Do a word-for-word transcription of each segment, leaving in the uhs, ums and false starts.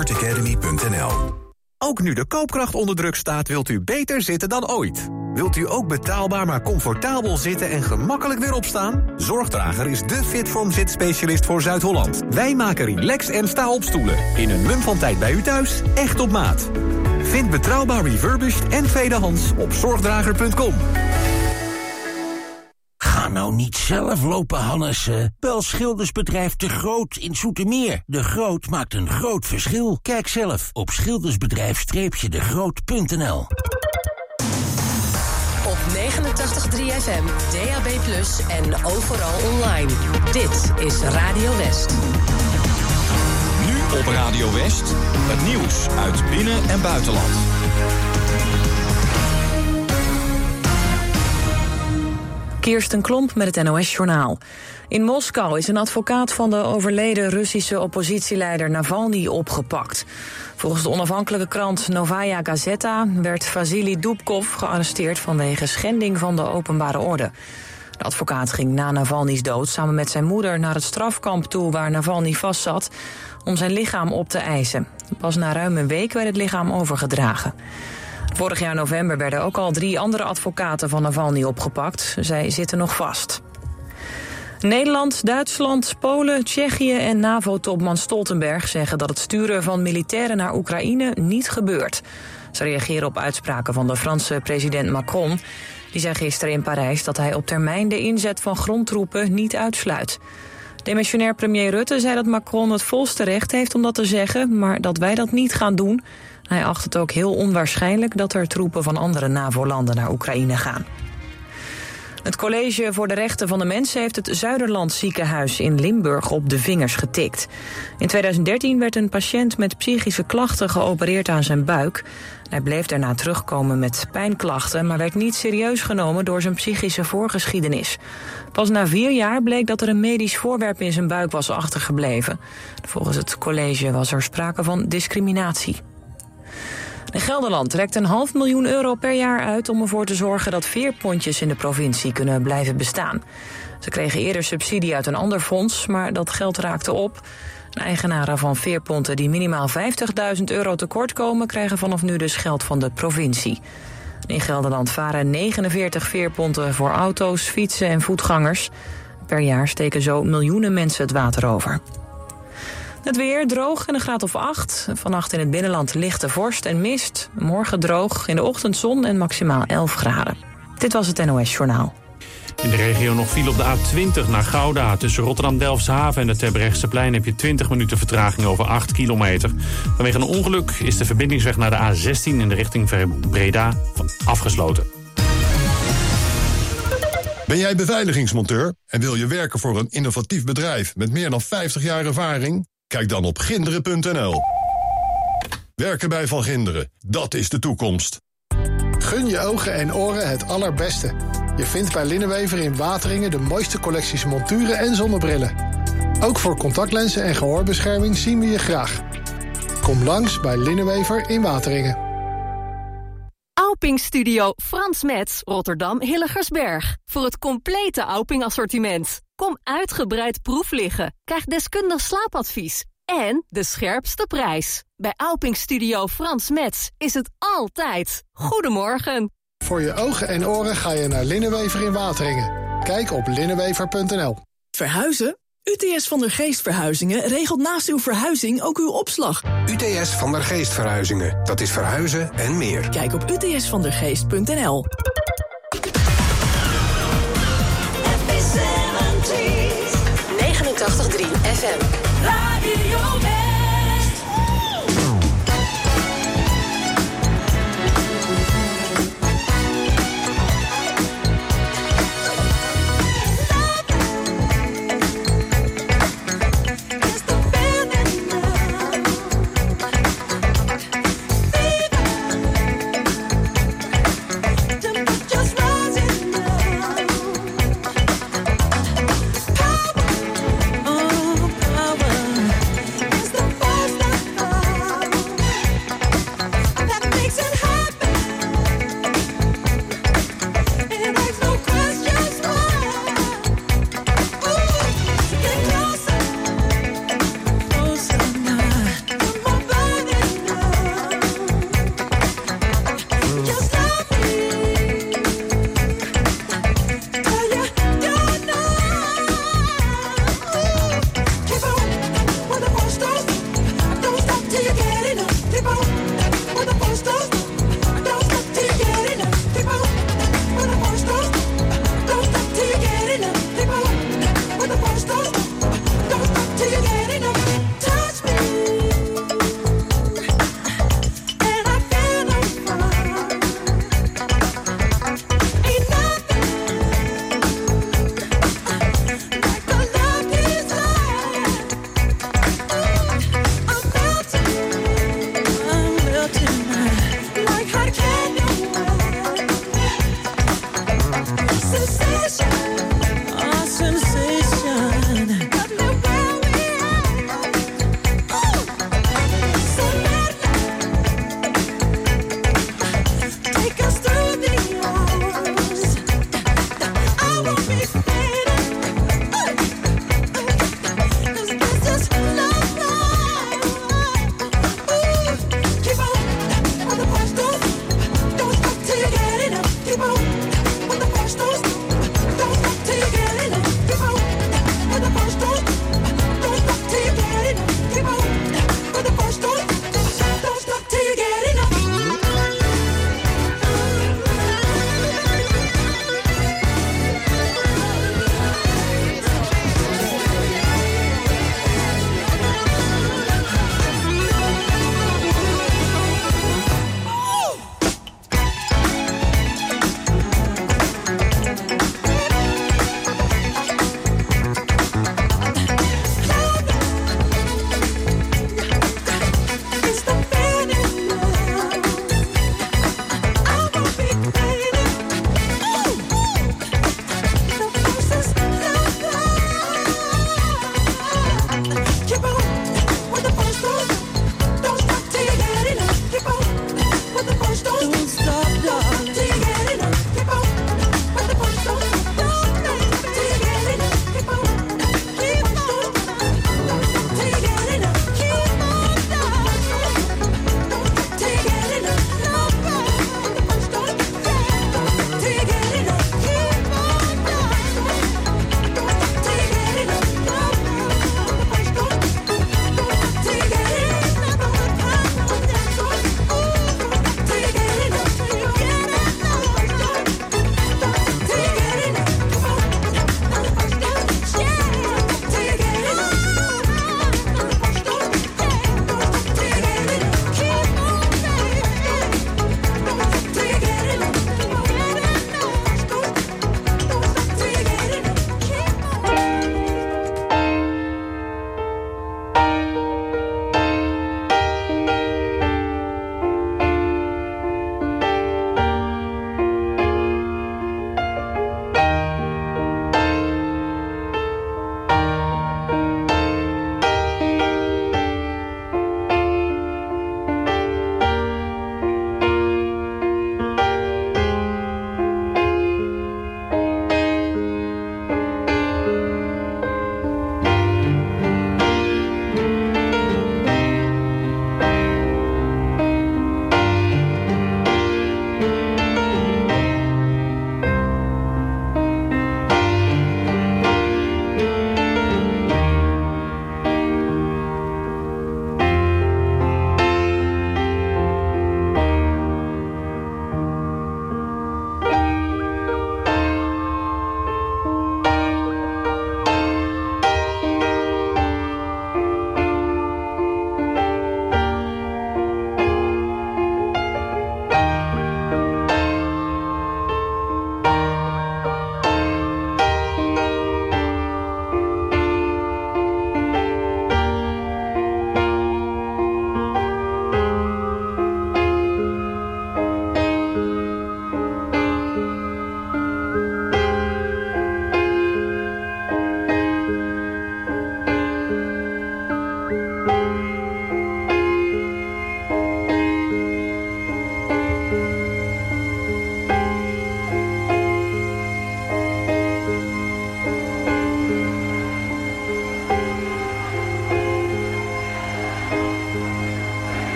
smart academy punt n l. Ook nu de koopkracht onder druk staat, wilt u beter zitten dan ooit. Wilt u ook betaalbaar maar comfortabel zitten en gemakkelijk weer opstaan? Zorgdrager is de Fitform zitspecialist voor Zuid-Holland. Wij maken relax- en sta-opstoelen. In een mum van tijd bij u thuis, echt op maat. Vind betrouwbaar refurbished en tweedehands op zorgdrager punt com. Ga nou niet zelf lopen, Hannessen. Bel schildersbedrijf De Groot in Zoetermeer. De Groot maakt een groot verschil. Kijk zelf op schildersbedrijf de groot punt n l. Op negenentachtig komma drie F M, D A B plus, en overal online. Dit is Radio West. Nu op Radio West, het nieuws uit binnen- en buitenland. Kirsten Klomp met het N O S-journaal. In Moskou is een advocaat van de overleden Russische oppositieleider Navalny opgepakt. Volgens de onafhankelijke krant Novaya Gazeta werd Vasily Dubkov gearresteerd vanwege schending van de openbare orde. De advocaat ging na Navalny's dood samen met zijn moeder naar het strafkamp toe waar Navalny vastzat om zijn lichaam op te eisen. Pas na ruim een week werd het lichaam overgedragen. Vorig jaar november werden ook al drie andere advocaten van Navalny opgepakt. Zij zitten nog vast. Nederland, Duitsland, Polen, Tsjechië en NAVO-topman Stoltenberg zeggen dat het sturen van militairen naar Oekraïne niet gebeurt. Ze reageren op uitspraken van de Franse president Macron. Die zei gisteren in Parijs dat hij op termijn de inzet van grondtroepen niet uitsluit. Demissionair premier Rutte zei dat Macron het volste recht heeft om dat te zeggen, maar dat wij dat niet gaan doen. Hij acht het ook heel onwaarschijnlijk dat er troepen van andere NAVO-landen naar Oekraïne gaan. Het College voor de Rechten van de Mens heeft het Zuiderland ziekenhuis in Limburg op de vingers getikt. In tweeduizend dertien werd een patiënt met psychische klachten geopereerd aan zijn buik. Hij bleef daarna terugkomen met pijnklachten, maar werd niet serieus genomen door zijn psychische voorgeschiedenis. Pas na vier jaar bleek dat er een medisch voorwerp in zijn buik was achtergebleven. Volgens het college was er sprake van discriminatie. In Gelderland trekt een half miljoen euro per jaar uit om ervoor te zorgen dat veerpontjes in de provincie kunnen blijven bestaan. Ze kregen eerder subsidie uit een ander fonds, maar dat geld raakte op. Eigenaren van veerponten die minimaal vijftigduizend euro tekort komen, krijgen vanaf nu dus geld van de provincie. In Gelderland varen negenenveertig veerponten voor auto's, fietsen en voetgangers. Per jaar steken zo miljoenen mensen het water over. Het weer droog en een graad of acht. Vannacht in het binnenland lichte vorst en mist. Morgen droog, in de ochtend zon en maximaal elf graden. Dit was het N O S-journaal. In de regio nog file op de A twintig naar Gouda. Tussen Rotterdam-Delfshaven en het Terbrechtseplein heb je twintig minuten vertraging over acht kilometer. Vanwege een ongeluk is de verbindingsweg naar de A zestien in de richting Breda afgesloten. Ben jij beveiligingsmonteur en wil je werken voor een innovatief bedrijf met meer dan vijftig jaar ervaring? Kijk dan op ginderen punt n l. Werken bij Van Ginderen, dat is de toekomst. Gun je ogen en oren het allerbeste. Je vindt bij Linnenwever in Wateringen de mooiste collecties monturen en zonnebrillen. Ook voor contactlenzen en gehoorbescherming zien we je graag. Kom langs bij Linnenwever in Wateringen. Auping Studio Frans Metz, Rotterdam Hilligersberg. Voor het complete Auping assortiment. Kom uitgebreid proef liggen. Krijg deskundig slaapadvies. En de scherpste prijs. Bij Auping Studio Frans Metz is het altijd. Goedemorgen. Voor je ogen en oren ga je naar Linnenwever in Wateringen. Kijk op linnenwever punt n l. Verhuizen? U T S Van der Geest Verhuizingen regelt naast uw verhuizing ook uw opslag. U T S Van der Geest Verhuizingen. Dat is verhuizen en meer. Kijk op u t s van der geest punt n l. negenentachtig komma drie F M. Radio West. Oh, power.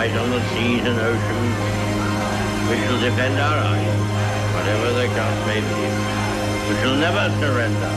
fight on the seas and oceans. We shall defend our island, whatever the cost may be. We shall never surrender.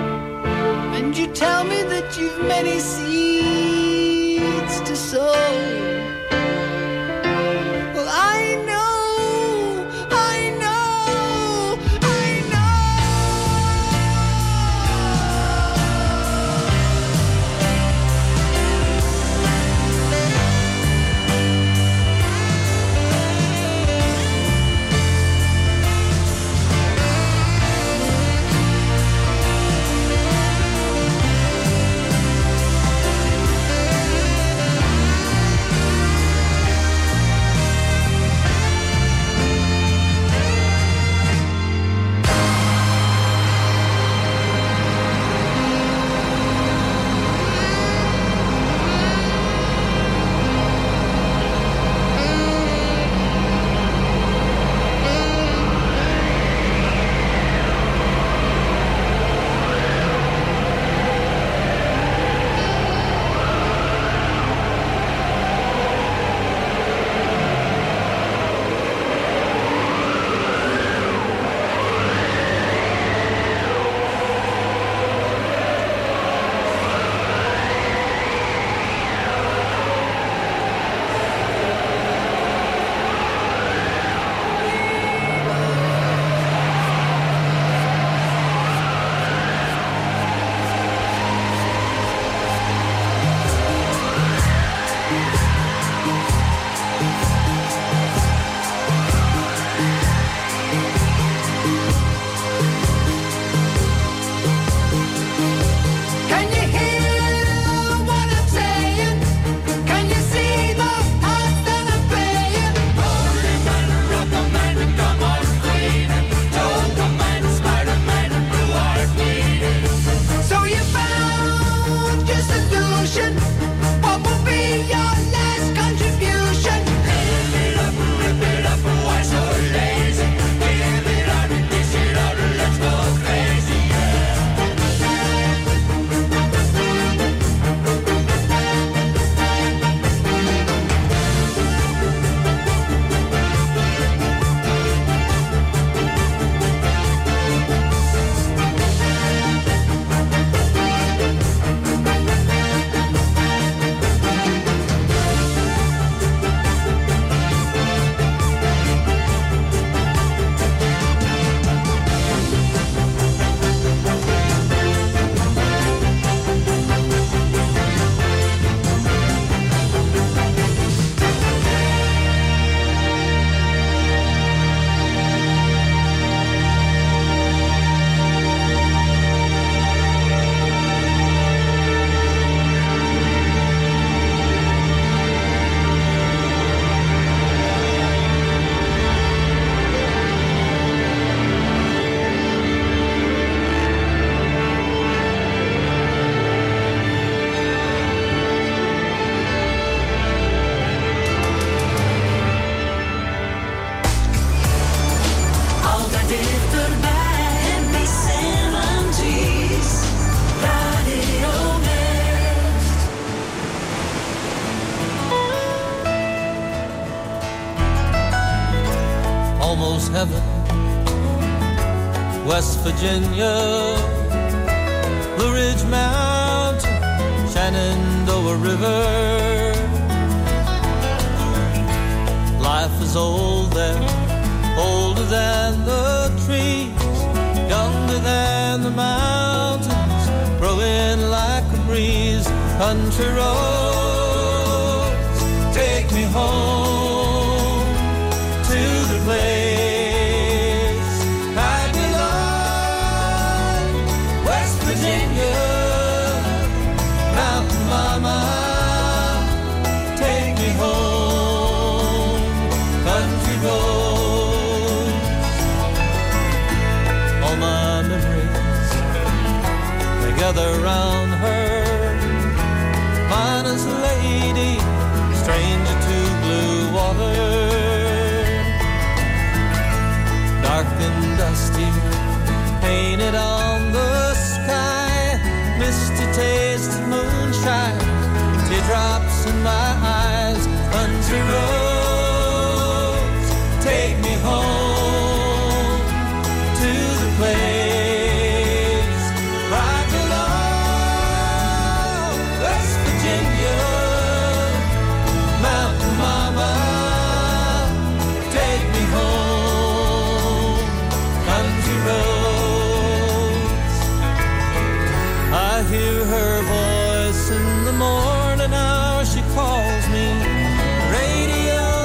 Tell me that you've many seeds to sow. West Virginia, Blue Ridge Mountain, Shenandoah River. Life is old there, older than the trees, younger than the mountains, growing like a breeze. Country roads, take me home to the place I belong. West Virginia, Mountain Mama, take me home. Country roads, all my memories, they gather round her. Honest lady, stranger to blue water. Dark and dusty, painted on the sky. Misty taste of moonshine, teardrops in my eyes. Country roads, take me home to the place. Hear her voice in the morning hour, she calls me. Radio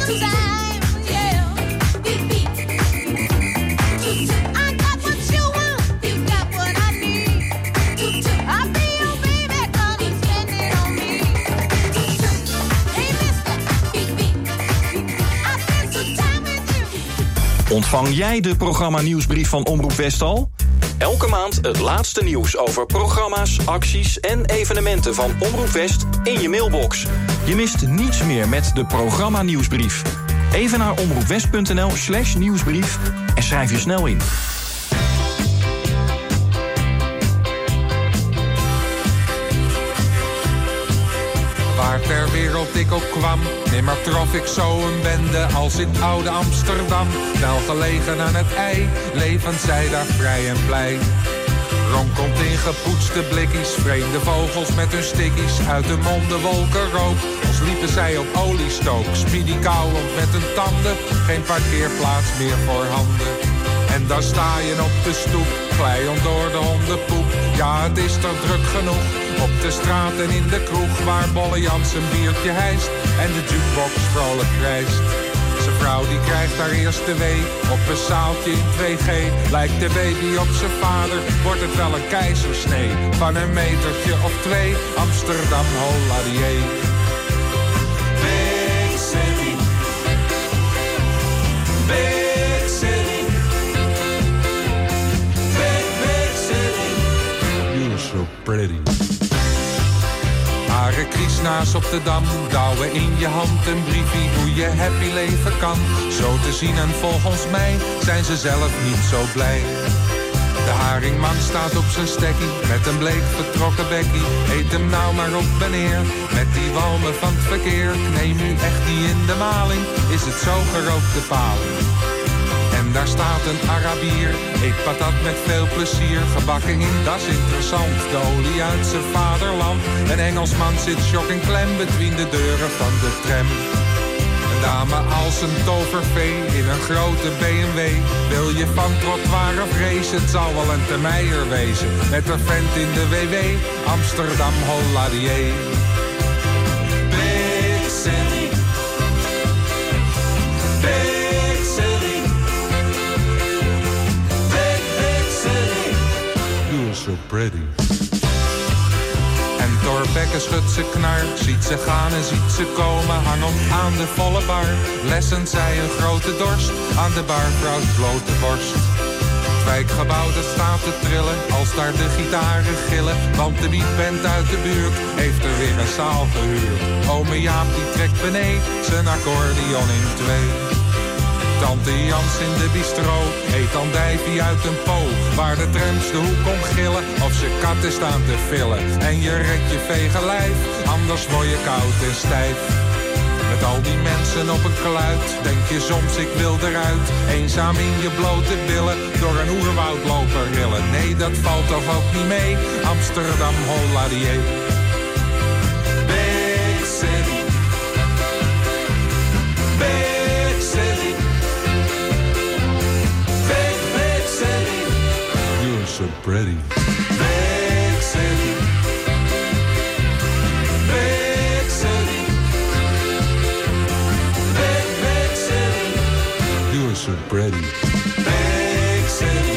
Ontvang jij de programma nieuwsbrief van Omroep West al? Elke maand het laatste nieuws over programma's, acties en evenementen van Omroep West in je mailbox. Je mist niets meer met de programma nieuwsbrief. Even naar omroepwest.nl slash nieuwsbrief en schrijf je snel in. Waar ter wereld ik ook kwam, nimmer trof ik zo een bende als in oude Amsterdam. Wel gelegen aan het ei, levend zij daar vrij en blij. Ronkomt in gepoetste blikkies, vreemde vogels met hun stickies. Uit de monden wolken rook, als liepen zij op oliestook. Speedy kauwend met hun tanden, geen parkeerplaats meer voor handen. En daar sta je op de stoep, glijend door de hondenpoep. Ja, het is toch druk genoeg, op de straat en in de kroeg. Waar Bolle Jans een biertje hijst en de jukebox vrolijk krijst. Zijn vrouw die krijgt haar eerste wee op een zaaltje in twee G. Lijkt de baby op zijn vader, wordt het wel een keizersnee. Van een metertje of twee, Amsterdam, holladier. Big city, big city, big, big city. You're so pretty. Hare kriesnaas op de dam, douwen in je hand een briefie hoe je happy leven kan. Zo te zien en volgens mij zijn ze zelf niet zo blij. De haringman staat op zijn stekkie, met een bleek vertrokken bekkie. Eet hem nou maar op meneer, met die walmen van het verkeer. Neem u echt die in de maling, is het zo gerookte paling. En daar staat een Arabier, eet patat met veel plezier. Gebakken in, dat is interessant, de olie uit zijn vaderland. Een Engelsman zit shocking klem between de deuren van de tram. Een dame als een tovervee in een grote B M W. Wil je van trottoir of race, het zal wel een Termeijer wezen. Met een vent in de W W, Amsterdam, holladier. Big city, big city, big, big city. You're so pretty. En Thorbecke schudt ze knar, ziet ze gaan en ziet ze komen. Hang op aan de volle bar, lessend zij een grote dorst. Aan de barvrouws blote borst. Het wijkgebouw dat staat te trillen, als daar de gitaren gillen. Want de beatband uit de buurt heeft er weer een zaal gehuurd. Ome Jaap die trekt beneden zijn accordeon in twee. Tante Jans in de bistro eet andijvie uit een po. Waar de trams de hoek om gillen of ze katten staan te villen. En je redt je vege lijf, anders word je koud en stijf. Met al die mensen op een kluit, denk je soms ik wil eruit. Eenzaam in je blote billen, door een oerwoud lopen rillen. Nee, dat valt toch ook niet mee, Amsterdam, holladier. Big city, big city, big, big city. You're so pretty. Big city, big city, big, big city. You're so pretty. Big city,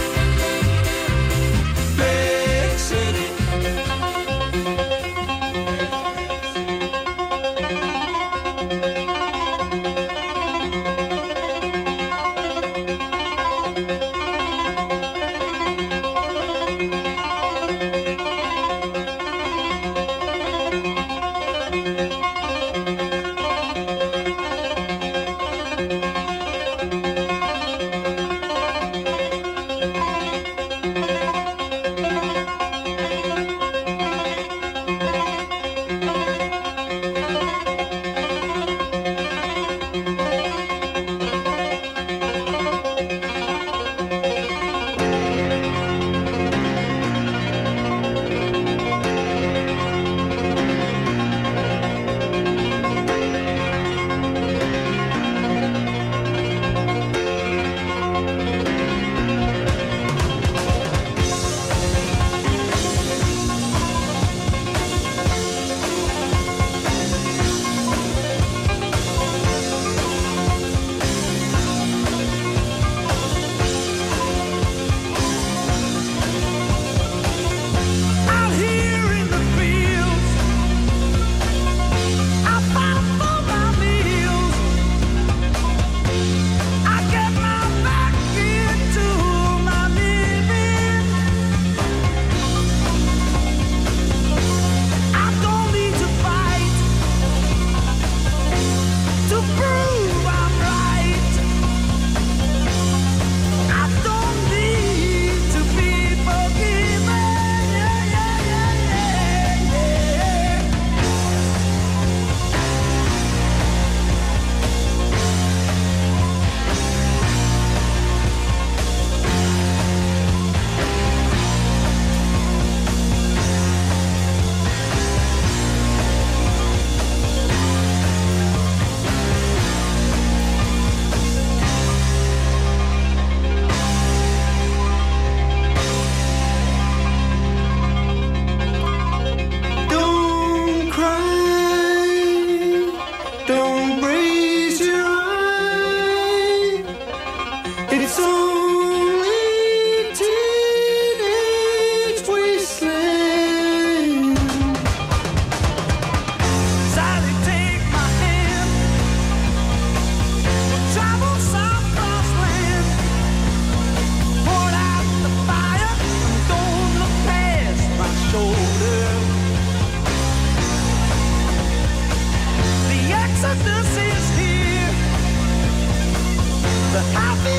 big city.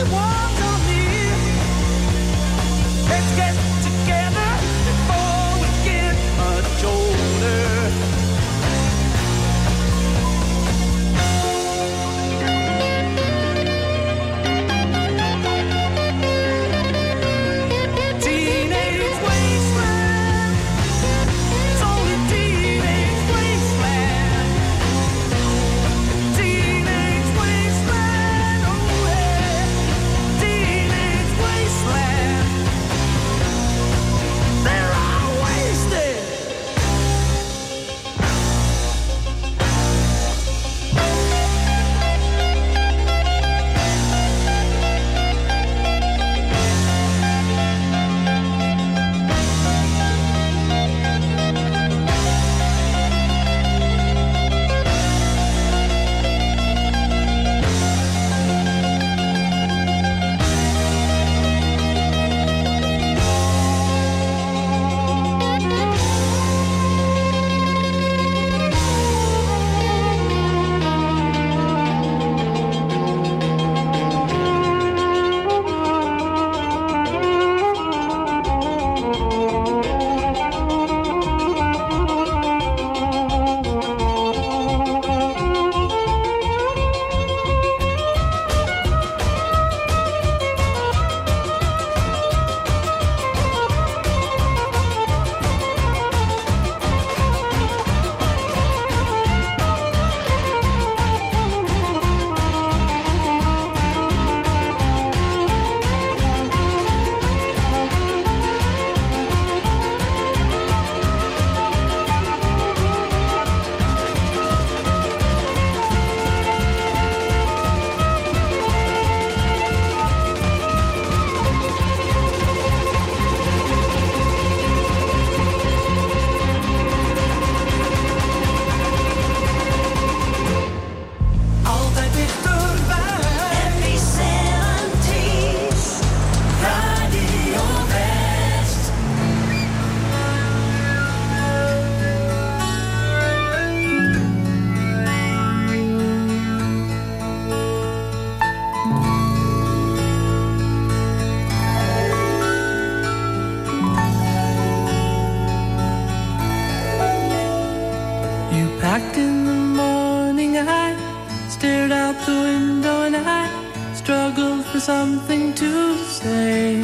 Packed in the morning, I stared out the window and I struggled for something to say.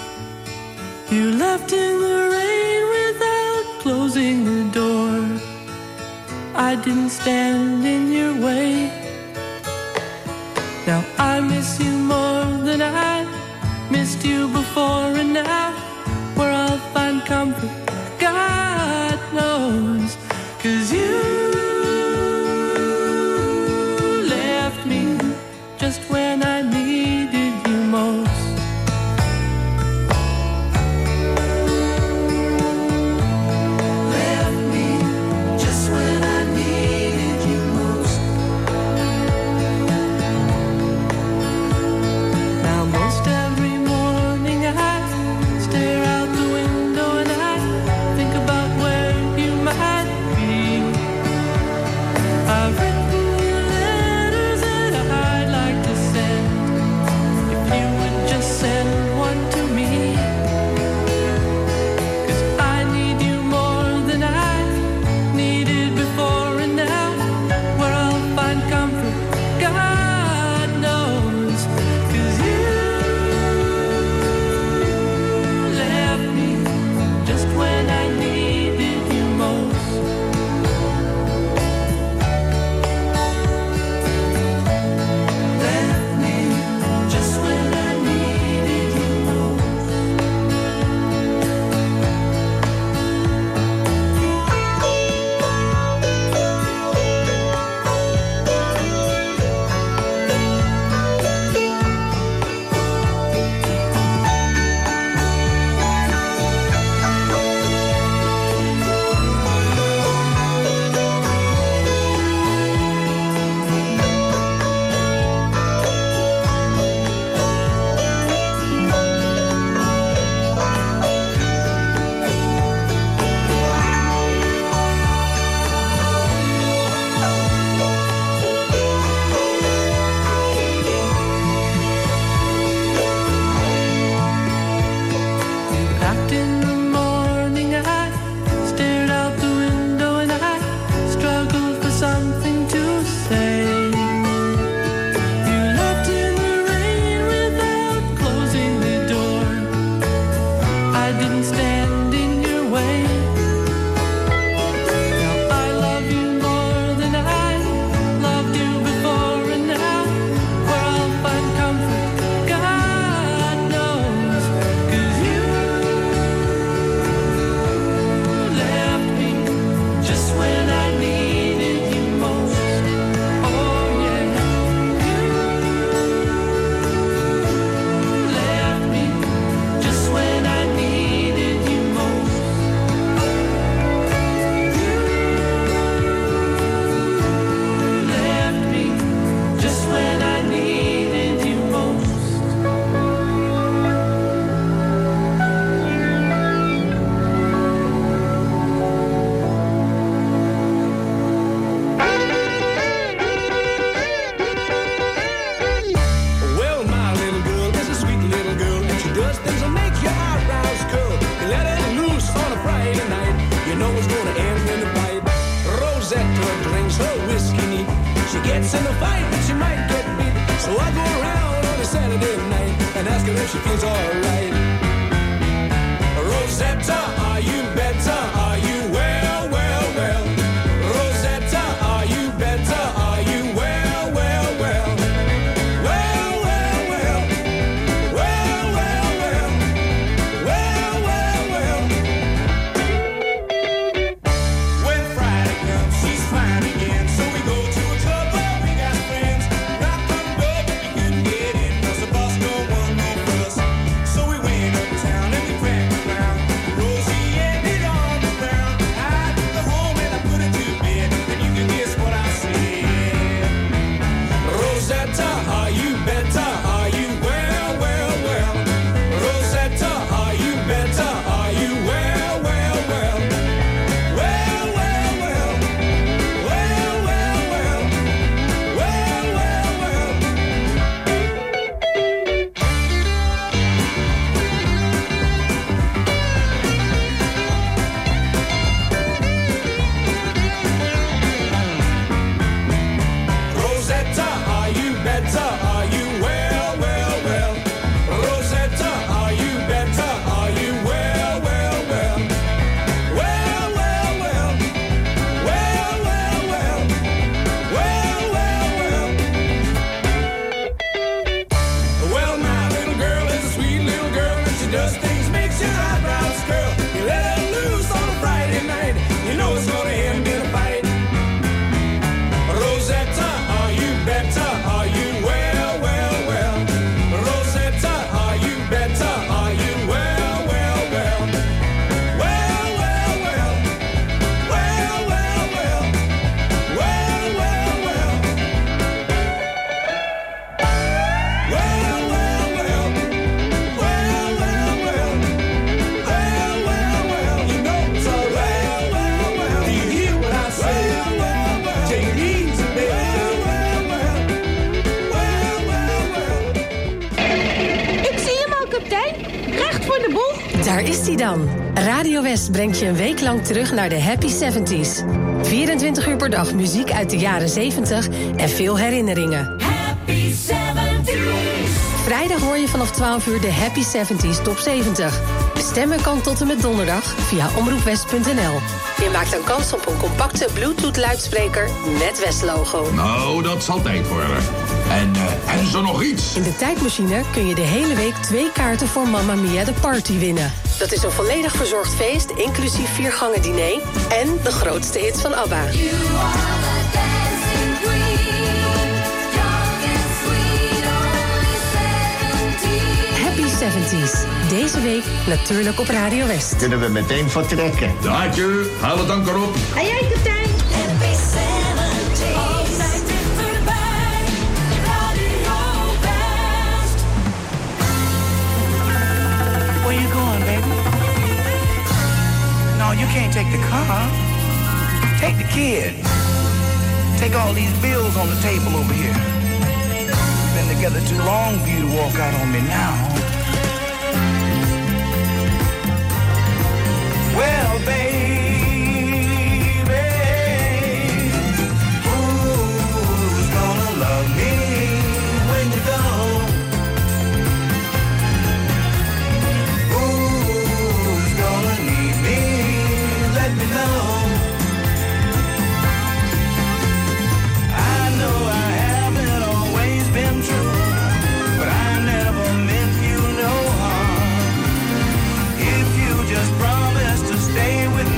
You left in the rain without closing the door. I didn't stand in your way. Now I miss you more than I missed you before, and now where I'll find comfort, God knows. 'Cause you left me just when I needed you most. Left me just when I needed you most. Now most every morning I stare out the window and I think about where you might be. I've written you letters that I'd like to send. once in a fight, but she might get beat. So I go around on a Saturday night and ask her if she feels alright. Rosetta, are you better? Are you well, well, well? Rosetta, are you better? Are you well, well, well? Well, well, well. Well, well, well. Well, well, well. When Friday comes, she's fine again. So we go to a club where we got friends. Knock on the door, but we couldn't get in. Cause the boss don't want no fuss. So we went uptown and we cracked around. Rosie ended on the ground. I took her home and I put her to bed. And you can guess what I said. Rosetta, are you better? Are you well, well, well? Rosetta, are you better? Are you well, well, well? Well, well, well. Well, well, well. Well, well, well. Rosetta, are you better? Are you well, well, well? Rosetta, are you better? Are you well, well, well? Well, well, well. Well, well, well. Well, well, well. Well, my little girl is a sweet little girl, and she does things makes your eyebrows curl. You let her loose on a Friday night, you know it's gonna end in a fight. Rosetta, are you better? Are you well, well, well? Rosetta, are you better? Are you well, well, well? Well, well, well. Well, well, well. Well, well, well. Well, well, well. Well, well, well. Well, well, well. You know it's all right. Well, well, well. Do you hear what I say? Well, well, well. Take it easy, baby. Well, well, well. Well, well, well. Ik zie hem al, kapitein. Recht voor de boeg. Daar is hij dan. Radio West brengt je een week lang terug naar de Happy zeventies. vierentwintig uur per dag muziek uit de jaren zeventig en veel herinneringen. Happy seventies. Vrijdag hoor je vanaf twaalf uur de Happy zeventies Top zeventig. Stemmen kan tot en met donderdag via omroepwest punt n l. Je maakt dan kans op een compacte Bluetooth-luidspreker met West-logo. Nou, dat zal tijd worden. En, uh, en is er nog iets? In de tijdmachine kun je de hele week twee kaarten voor Mamma Mia The Party winnen. Dat is een volledig verzorgd feest, inclusief vier gangen diner en de grootste hits van ABBA. Happy zeventies. Deze week natuurlijk op Radio West. Kunnen we meteen vertrekken? Daadje, haal het anker op. En jij, kapitein? Happy seventies. Altijd dichterbij. Radio West. Where you going, baby? No, you can't take the car. Take the kid. Take all these bills on the table over here. We've been together too long for you to walk out on me now. Well, baby, who's gonna love me when you go? Who's gonna need me? Let me know. I know I haven't always been true, but I never meant you no harm. If you just promise to stay with me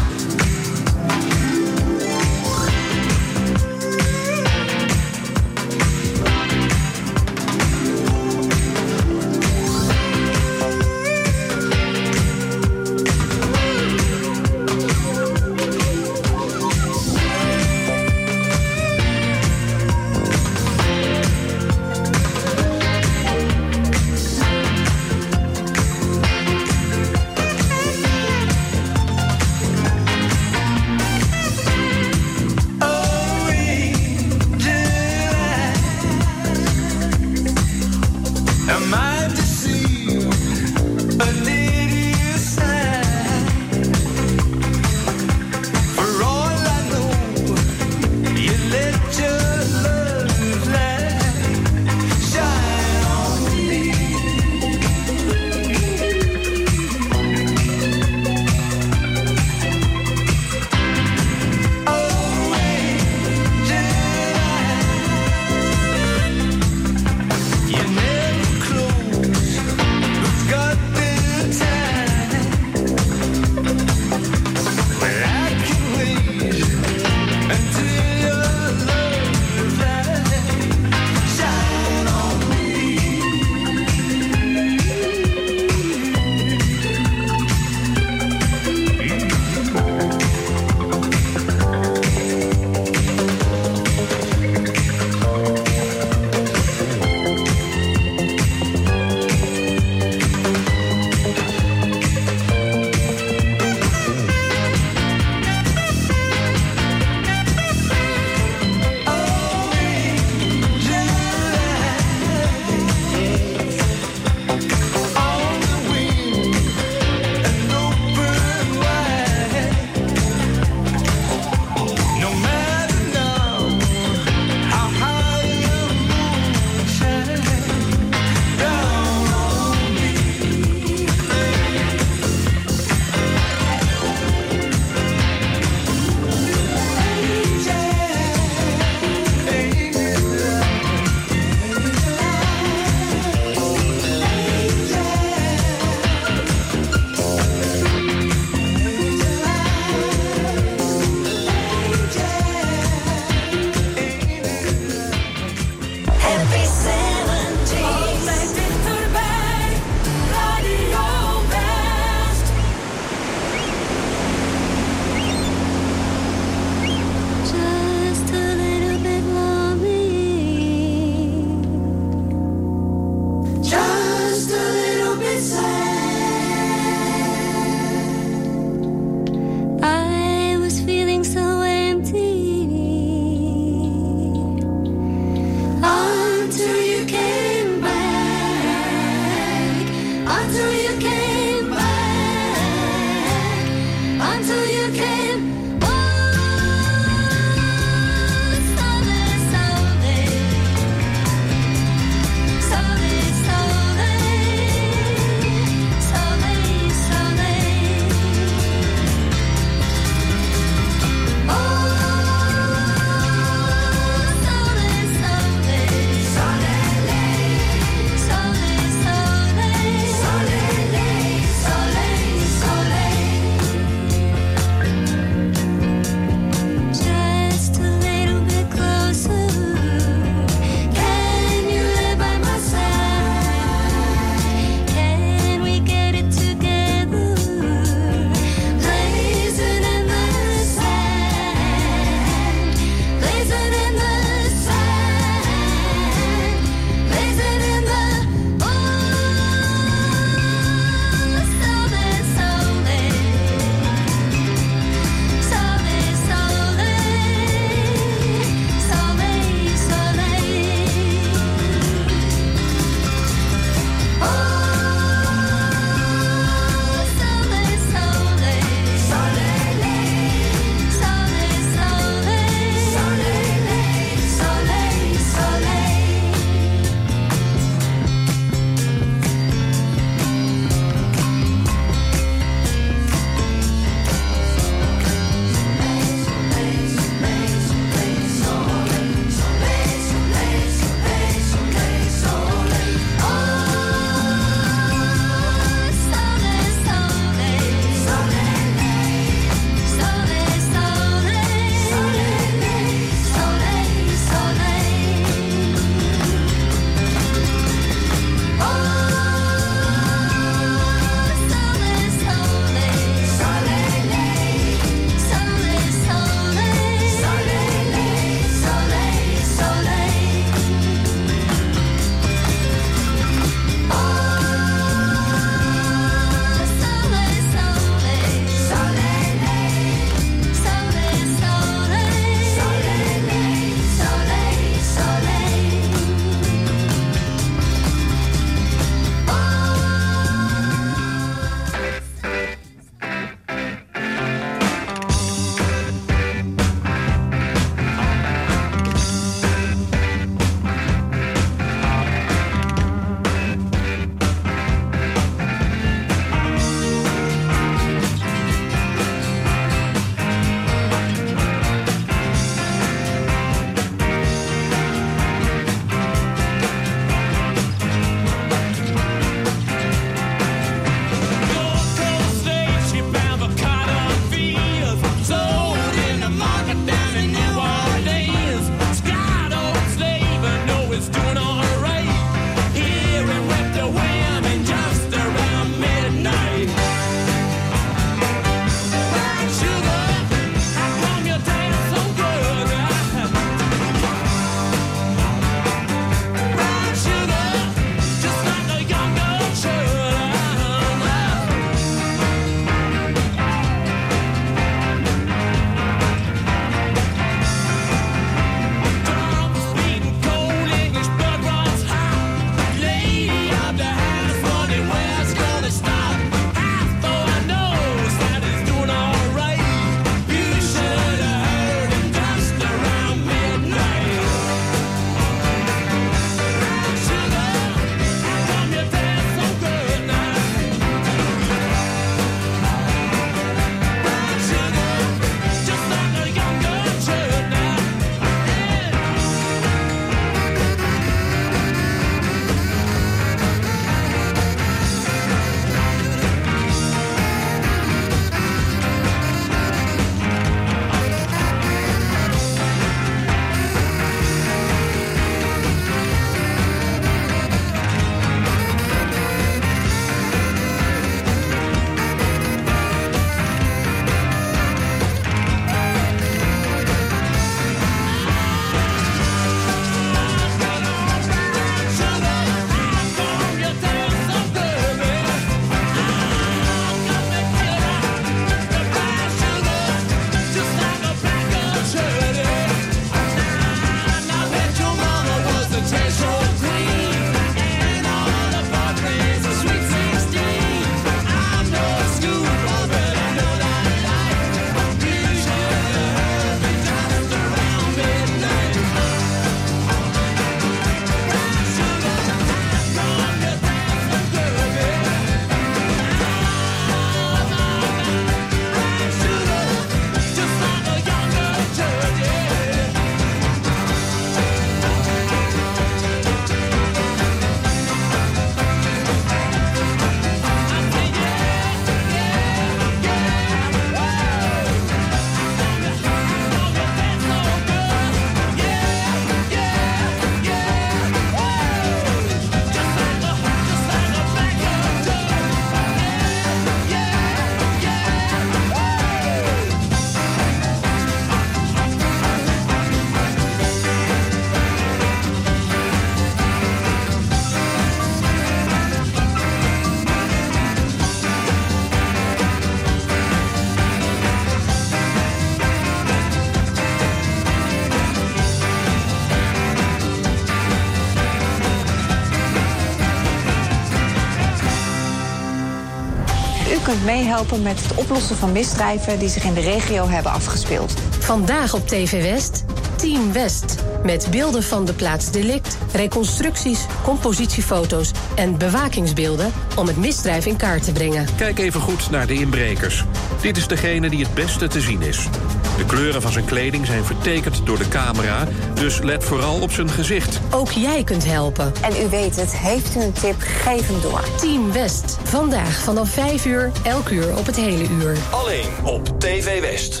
U kunt meehelpen met het oplossen van misdrijven die zich in de regio hebben afgespeeld. Vandaag op T V West, Team West. Met beelden van de plaats delict, reconstructies, compositiefoto's en bewakingsbeelden om het misdrijf in kaart te brengen. Kijk even goed naar de inbrekers. Dit is degene die het beste te zien is. De kleuren van zijn kleding zijn vertekend door de camera, dus let vooral op zijn gezicht. Ook jij kunt helpen. En u weet het, heeft u een tip, geef hem door. Team West, vandaag vanaf vijf uur, elk uur op het hele uur. Alleen op T V West.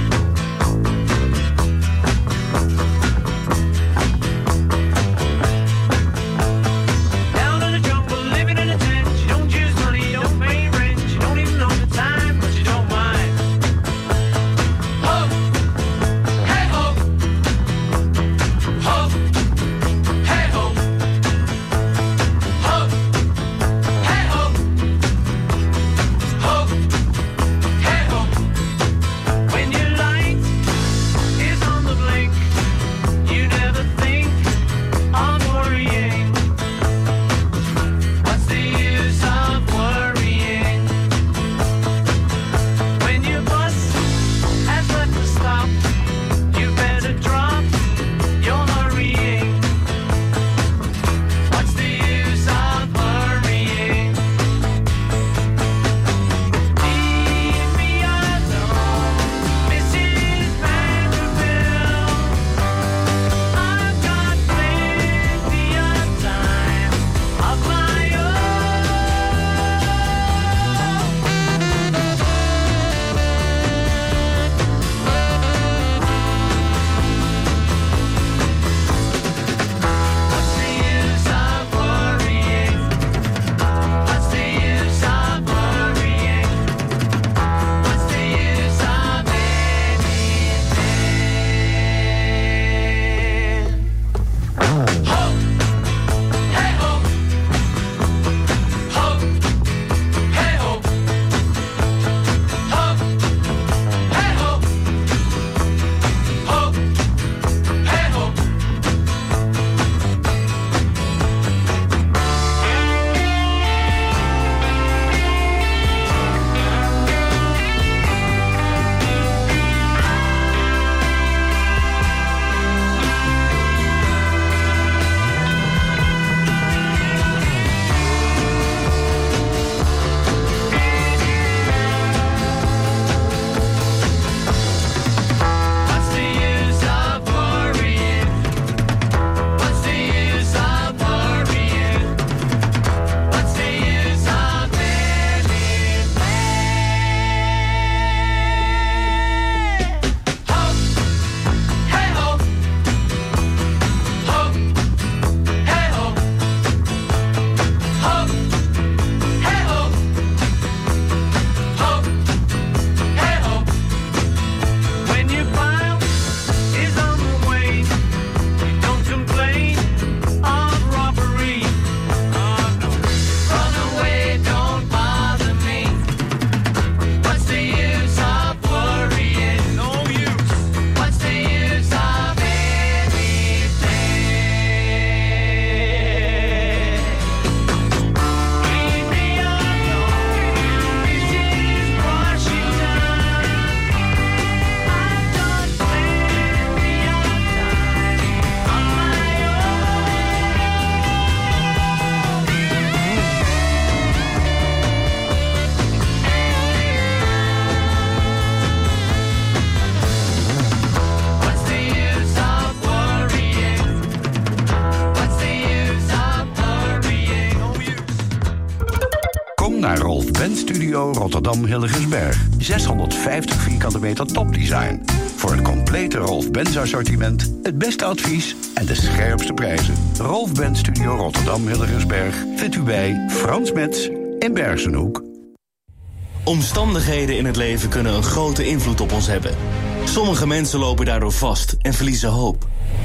naar Rolf Benz Studio Rotterdam Hillegersberg. zeshonderdvijftig vierkante meter topdesign. Voor het complete Rolf Benz assortiment, het beste advies en de scherpste prijzen. Rolf Benz Studio Rotterdam Hillegersberg vindt u bij Frans Metz in Bergsenhoek. Omstandigheden in het leven kunnen een grote invloed op ons hebben. Sommige mensen lopen daardoor vast en verliezen hoop.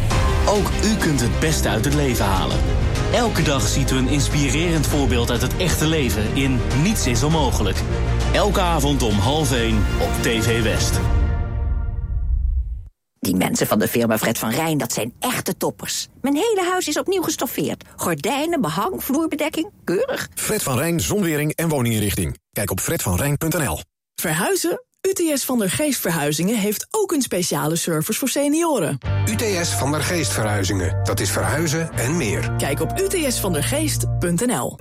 Ook u kunt het beste uit het leven halen. Elke dag ziet u een inspirerend voorbeeld uit het echte leven in Niets is onmogelijk. Elke avond om half één op T V West. Die mensen van de firma Fred van Rijn, dat zijn echte toppers. Mijn hele huis is opnieuw gestoffeerd. Gordijnen, behang, vloerbedekking, keurig. Fred van Rijn Zonwering en Woninginrichting. Kijk op fred van rijn punt n l. Verhuizen? U T S van der Geest Verhuizingen heeft ook een speciale service voor senioren. U T S van der Geest Verhuizingen. Dat is verhuizen en meer. Kijk op u t s van der geest punt n l.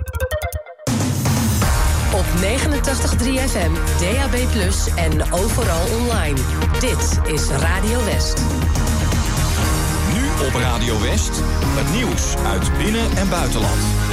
Op negenentachtig komma drie F M, D A B plus, en overal online. Dit is Radio West. Nu op Radio West, het nieuws uit binnen- en buitenland.